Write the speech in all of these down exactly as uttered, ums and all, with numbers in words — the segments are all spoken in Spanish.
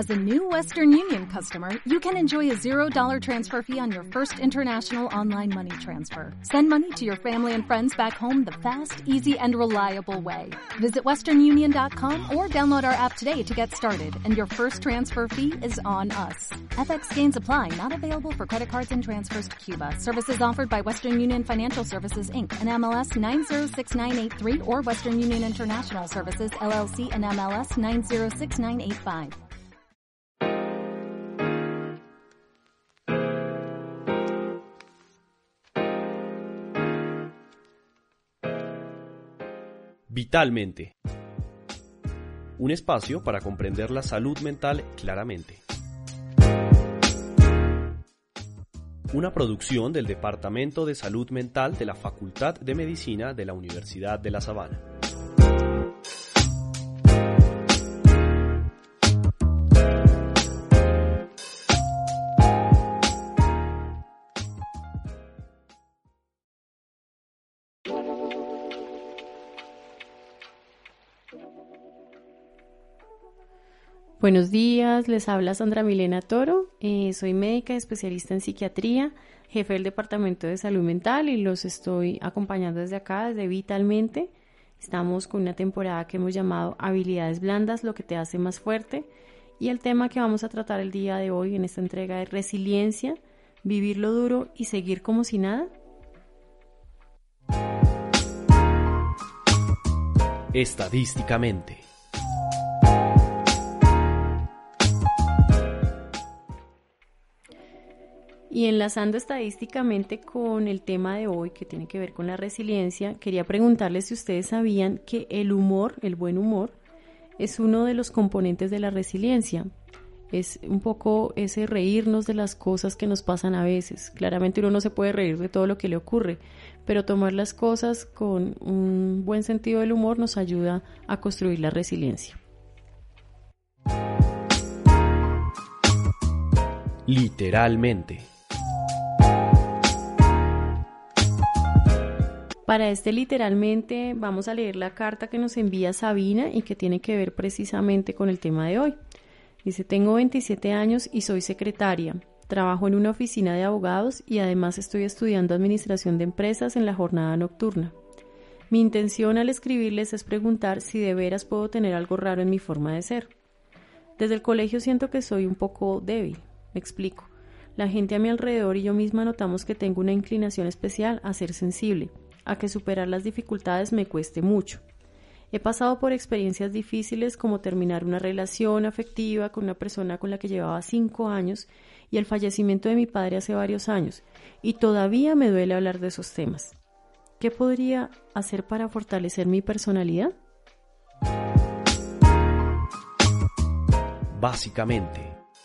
As a new Western Union customer, you can enjoy a zero dollar transfer fee on your first international online money transfer. Send money to your family and friends back home the fast, easy, and reliable way. Visit western union dot com or download our app today to get started, and your first transfer fee is on us. F X gains apply, not available for credit cards and transfers to Cuba. Services offered by Western Union Financial Services, Incorporated, and M L S nine zero six nine eight three or Western Union International Services, L L C, and M L S nine zero six nine eight five. Vitalmente. Un espacio para comprender la salud mental claramente. Una producción del Departamento de Salud Mental de la Facultad de Medicina de la Universidad de La Sabana. Buenos días, les habla Sandra Milena Toro, eh, soy médica especialista en psiquiatría, jefe del Departamento de Salud Mental y los estoy acompañando desde acá, desde Vitalmente. Estamos con una temporada que hemos llamado Habilidades Blandas, lo que te hace más fuerte, y el tema que vamos a tratar el día de hoy en esta entrega es resiliencia, vivir lo duro y seguir como si nada. Estadísticamente. Y enlazando estadísticamente con el tema de hoy, que tiene que ver con la resiliencia, quería preguntarles si ustedes sabían que el humor, el buen humor, es uno de los componentes de la resiliencia. Es un poco ese reírnos de las cosas que nos pasan a veces. Claramente uno no se puede reír de todo lo que le ocurre, pero tomar las cosas con un buen sentido del humor nos ayuda a construir la resiliencia. Literalmente. Para este literalmente vamos a leer la carta que nos envía Sabina y que tiene que ver precisamente con el tema de hoy. Dice: tengo veintisiete años y soy secretaria. Trabajo en una oficina de abogados y además estoy estudiando administración de empresas en la jornada nocturna. Mi intención al escribirles es preguntar si de veras puedo tener algo raro en mi forma de ser. Desde el colegio siento que soy un poco débil. Me explico. La gente a mi alrededor y yo misma notamos que tengo una inclinación especial a ser sensible, a que superar las dificultades me cueste mucho. He pasado por experiencias difíciles como terminar una relación afectiva con una persona con la que llevaba cinco años y el fallecimiento de mi padre hace varios años, y todavía me duele hablar de esos temas. ¿Qué podría hacer para fortalecer mi personalidad? Básicamente.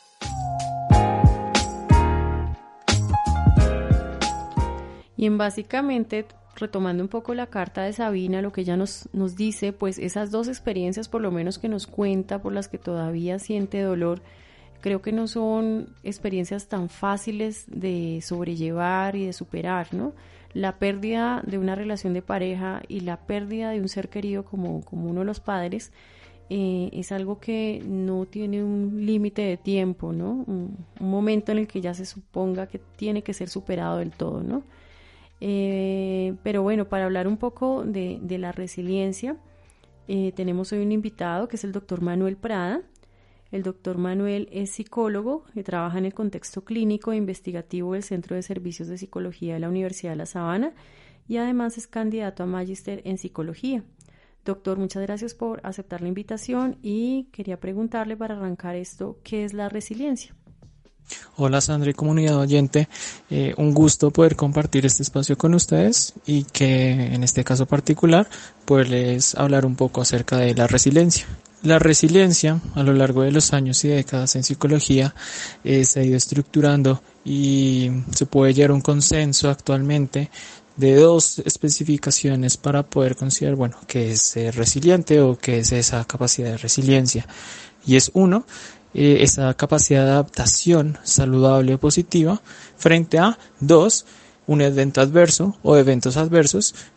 Y en básicamente, retomando un poco la carta de Sabina, lo que ella nos, nos dice, pues esas dos experiencias por lo menos que nos cuenta, por las que todavía siente dolor, creo que no son experiencias tan fáciles de sobrellevar y de superar, ¿no? La pérdida de una relación de pareja y la pérdida de un ser querido como, como uno de los padres eh, es algo que no tiene un límite de tiempo, ¿no? Un, un momento en el que ya se suponga que tiene que ser superado del todo, ¿no? Eh, pero bueno, para hablar un poco de, de la resiliencia, eh, tenemos hoy un invitado que es el doctor Manuel Prada. El doctor Manuel es psicólogo que trabaja en el contexto clínico e investigativo del Centro de Servicios de Psicología de la Universidad de La Sabana y además es candidato a magíster en psicología. Doctor, muchas gracias por aceptar la invitación y quería preguntarle para arrancar esto, ¿qué es la resiliencia? Hola Sandra y comunidad oyente, eh, un gusto poder compartir este espacio con ustedes y que en este caso particular poderles hablar un poco acerca de la resiliencia. La resiliencia a lo largo de los años y décadas en psicología eh, se ha ido estructurando y se puede llegar a un consenso actualmente de dos especificaciones para poder considerar, bueno, qué es ser resiliente o qué es esa capacidad de resiliencia. Y es uno, Eh, esa capacidad de adaptación saludable o positiva frente a dos, un evento adverso o eventos adversos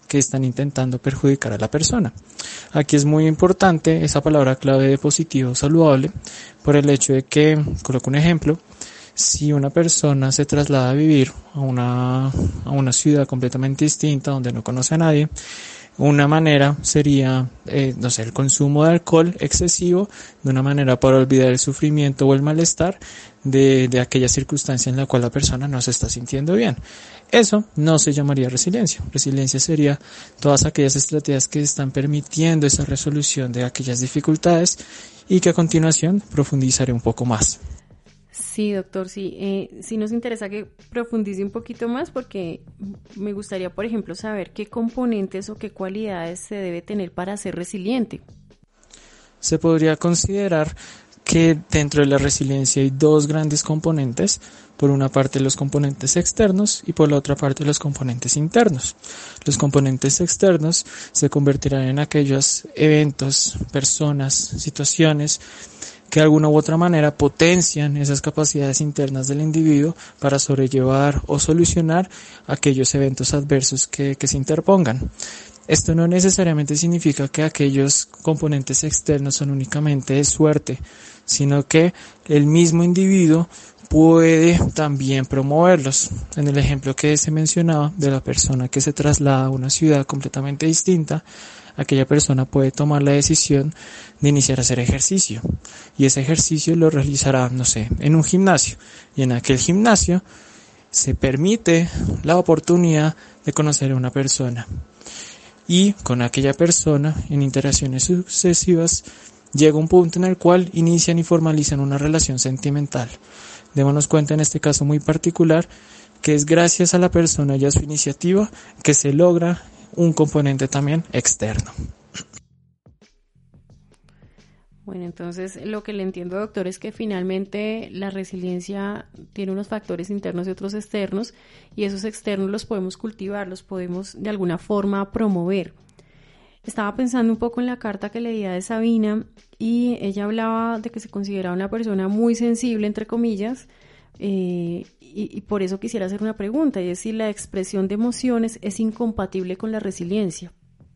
que están intentando perjudicar a la persona. Aquí es muy importante esa palabra clave de positivo saludable, por el hecho de que, coloco un ejemplo, si una persona se traslada a vivir a una, a una ciudad completamente distinta donde no conoce a nadie, una manera sería, eh, no sé, el consumo de alcohol excesivo, de una manera para olvidar el sufrimiento o el malestar de, de aquella circunstancia en la cual la persona no se está sintiendo bien. Eso no se llamaría resiliencia. Resiliencia sería todas aquellas estrategias que están permitiendo esa resolución de aquellas dificultades y que a continuación profundizaré un poco más. Sí, doctor, sí. Eh, sí nos interesa que profundice un poquito más porque me gustaría, por ejemplo, saber qué componentes o qué cualidades se debe tener para ser resiliente. Se podría considerar que dentro de la resiliencia hay dos grandes componentes. Por una parte los componentes externos y por la otra parte los componentes internos. Los componentes externos se convertirán en aquellos eventos, personas, situaciones que de alguna u otra manera potencian esas capacidades internas del individuo para sobrellevar o solucionar aquellos eventos adversos que, que se interpongan. Esto no necesariamente significa que aquellos componentes externos son únicamente de suerte, sino que el mismo individuo puede también promoverlos. En el ejemplo que se mencionaba de la persona que se traslada a una ciudad completamente distinta, aquella persona puede tomar la decisión de iniciar a hacer ejercicio y ese ejercicio lo realizará, no sé, en un gimnasio, y en aquel gimnasio se permite la oportunidad de conocer a una persona y con aquella persona en interacciones sucesivas llega un punto en el cual inician y formalizan una relación sentimental. Démonos cuenta en este caso muy particular que es gracias a la persona y a su iniciativa que se logra un componente también externo. Bueno, entonces lo que le entiendo, doctor, es que finalmente la resiliencia tiene unos factores internos y otros externos, y esos externos los podemos cultivar, los podemos de alguna forma promover. Estaba pensando un poco en la carta que leía de Sabina y ella hablaba de que se consideraba una persona muy sensible, entre comillas, eh, y, y por eso quisiera hacer una pregunta, y es si la expresión de emociones es incompatible con la resiliencia.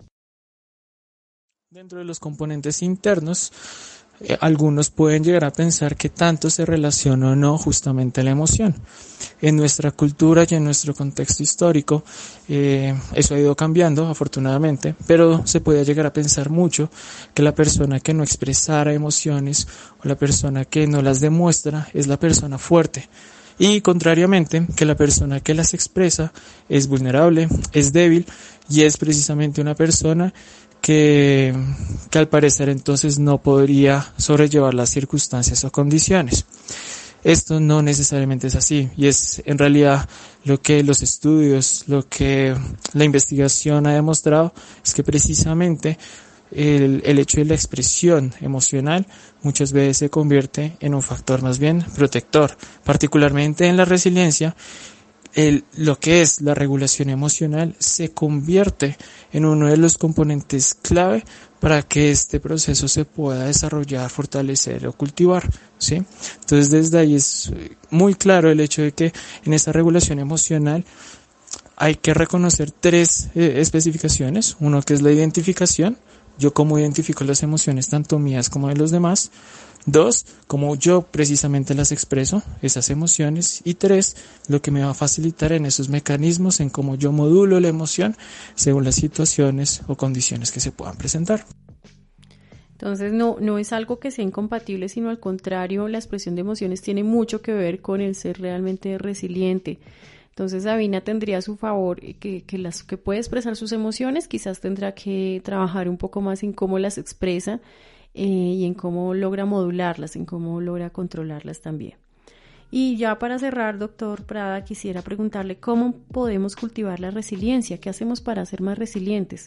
Dentro de los componentes internos, eh, algunos pueden llegar a pensar que tanto se relaciona o no justamente la emoción. En nuestra cultura y en nuestro contexto histórico, eh, eso ha ido cambiando, afortunadamente, pero se puede llegar a pensar mucho que la persona que no expresara emociones o la persona que no las demuestra es la persona fuerte. Y contrariamente, que la persona que las expresa es vulnerable, es débil y es precisamente una persona que, que al parecer entonces no podría sobrellevar las circunstancias o condiciones. Esto no necesariamente es así y es en realidad lo que los estudios, lo que la investigación ha demostrado es que precisamente el, el hecho de la expresión emocional muchas veces se convierte en un factor más bien protector, particularmente en la resiliencia. El, lo que es la regulación emocional se convierte en uno de los componentes clave para que este proceso se pueda desarrollar, fortalecer o cultivar, ¿sí? Entonces desde ahí es muy claro el hecho de que en esta regulación emocional hay que reconocer tres eh, especificaciones. Uno que es la identificación, yo cómo identifico las emociones tanto mías como de los demás. Dos, cómo yo precisamente las expreso, esas emociones. Y tres, lo que me va a facilitar en esos mecanismos, en cómo yo modulo la emoción según las situaciones o condiciones que se puedan presentar. Entonces no, no es algo que sea incompatible, sino al contrario, la expresión de emociones tiene mucho que ver con el ser realmente resiliente. Entonces Sabina tendría a su favor que, que, las, que puede expresar sus emociones, quizás tendrá que trabajar un poco más en cómo las expresa, Eh, y en cómo logra modularlas, en cómo logra controlarlas también. Y ya para cerrar, doctor Prada, quisiera preguntarle cómo podemos cultivar la resiliencia, qué hacemos para ser más resilientes.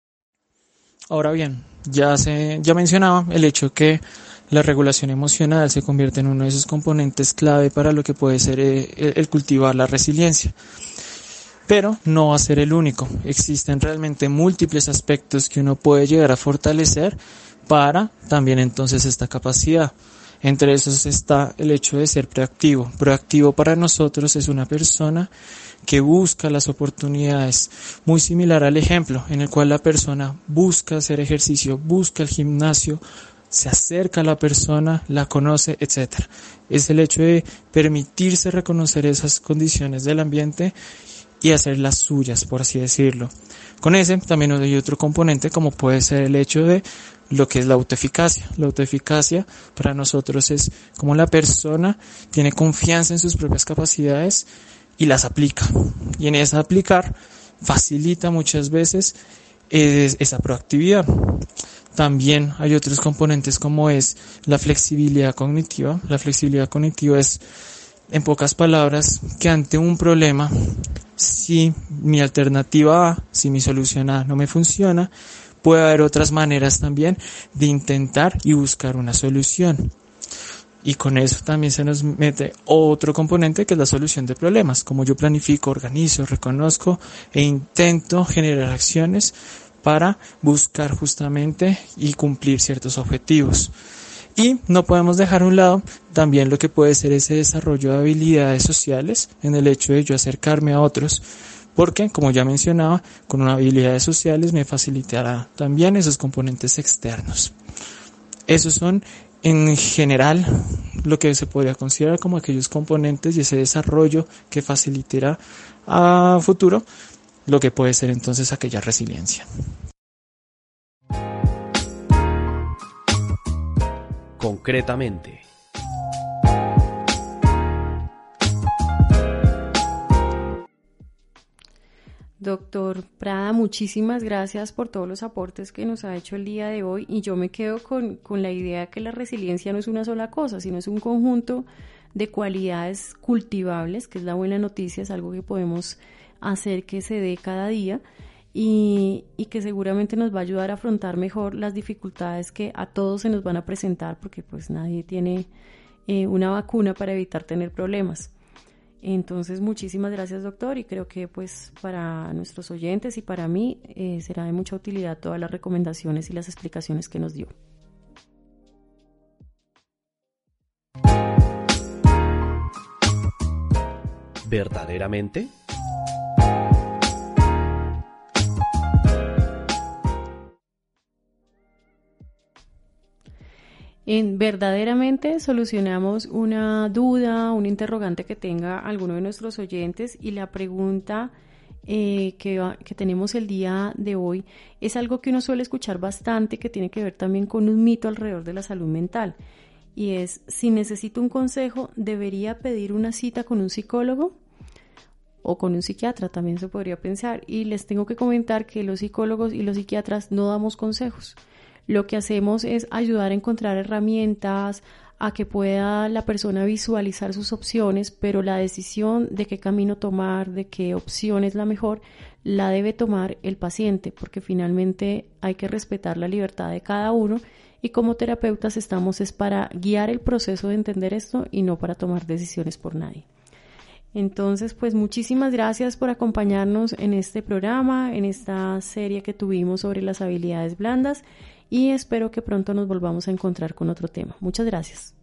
Ahora bien, ya se ya mencionaba el hecho que la regulación emocional se convierte en uno de esos componentes clave para lo que puede ser eh, el, el cultivar la resiliencia. Pero no va a ser el único. Existen realmente múltiples aspectos que uno puede llegar a fortalecer para también entonces esta capacidad. Entre esos está el hecho de ser proactivo. Proactivo para nosotros es una persona que busca las oportunidades, muy similar al ejemplo en el cual la persona busca hacer ejercicio, busca el gimnasio, se acerca a la persona, la conoce, etcétera. Es el hecho de permitirse reconocer esas condiciones del ambiente y hacer las suyas, por así decirlo. Con ese también hay otro componente, como puede ser el hecho de lo que es la autoeficacia. La autoeficacia para nosotros es como la persona tiene confianza en sus propias capacidades y las aplica. Y en esa aplicar facilita muchas veces eh, esa proactividad. También hay otros componentes como es la flexibilidad cognitiva. La flexibilidad cognitiva es, en pocas palabras, que ante un problema, si mi alternativa A, si mi solución A no me funciona, puede haber otras maneras también de intentar y buscar una solución. Y con eso también se nos mete otro componente que es la solución de problemas. Como yo planifico, organizo, reconozco e intento generar acciones para buscar justamente y cumplir ciertos objetivos. Y no podemos dejar a un lado también lo que puede ser ese desarrollo de habilidades sociales en el hecho de yo acercarme a otros, porque como ya mencionaba, con unas habilidades sociales me facilitará también esos componentes externos. Esos son en general lo que se podría considerar como aquellos componentes y ese desarrollo que facilitará a futuro lo que puede ser entonces aquella resiliencia. Concretamente. Doctor Prada, muchísimas gracias por todos los aportes que nos ha hecho el día de hoy, y yo me quedo con, con la idea de que la resiliencia no es una sola cosa, sino es un conjunto de cualidades cultivables, que es la buena noticia, es algo que podemos hacer que se dé cada día y, y que seguramente nos va a ayudar a afrontar mejor las dificultades que a todos se nos van a presentar, porque pues nadie tiene eh, una vacuna para evitar tener problemas. Entonces, muchísimas gracias, doctor, y creo que pues para nuestros oyentes y para mí eh, será de mucha utilidad todas las recomendaciones y las explicaciones que nos dio. ¿Verdaderamente? En verdaderamente solucionamos una duda, un interrogante que tenga alguno de nuestros oyentes, y la pregunta eh, que, que tenemos el día de hoy es algo que uno suele escuchar bastante, que tiene que ver también con un mito alrededor de la salud mental, y es: si necesito un consejo, ¿debería pedir una cita con un psicólogo? O con un psiquiatra, también se podría pensar. Y les tengo que comentar que los psicólogos y los psiquiatras no damos consejos. Lo que hacemos es ayudar a encontrar herramientas, a que pueda la persona visualizar sus opciones, pero la decisión de qué camino tomar, de qué opción es la mejor, la debe tomar el paciente, porque finalmente hay que respetar la libertad de cada uno, y como terapeutas estamos es para guiar el proceso de entender esto y no para tomar decisiones por nadie. Entonces, pues muchísimas gracias por acompañarnos en este programa, en esta serie que tuvimos sobre las habilidades blandas, y espero que pronto nos volvamos a encontrar con otro tema. Muchas gracias.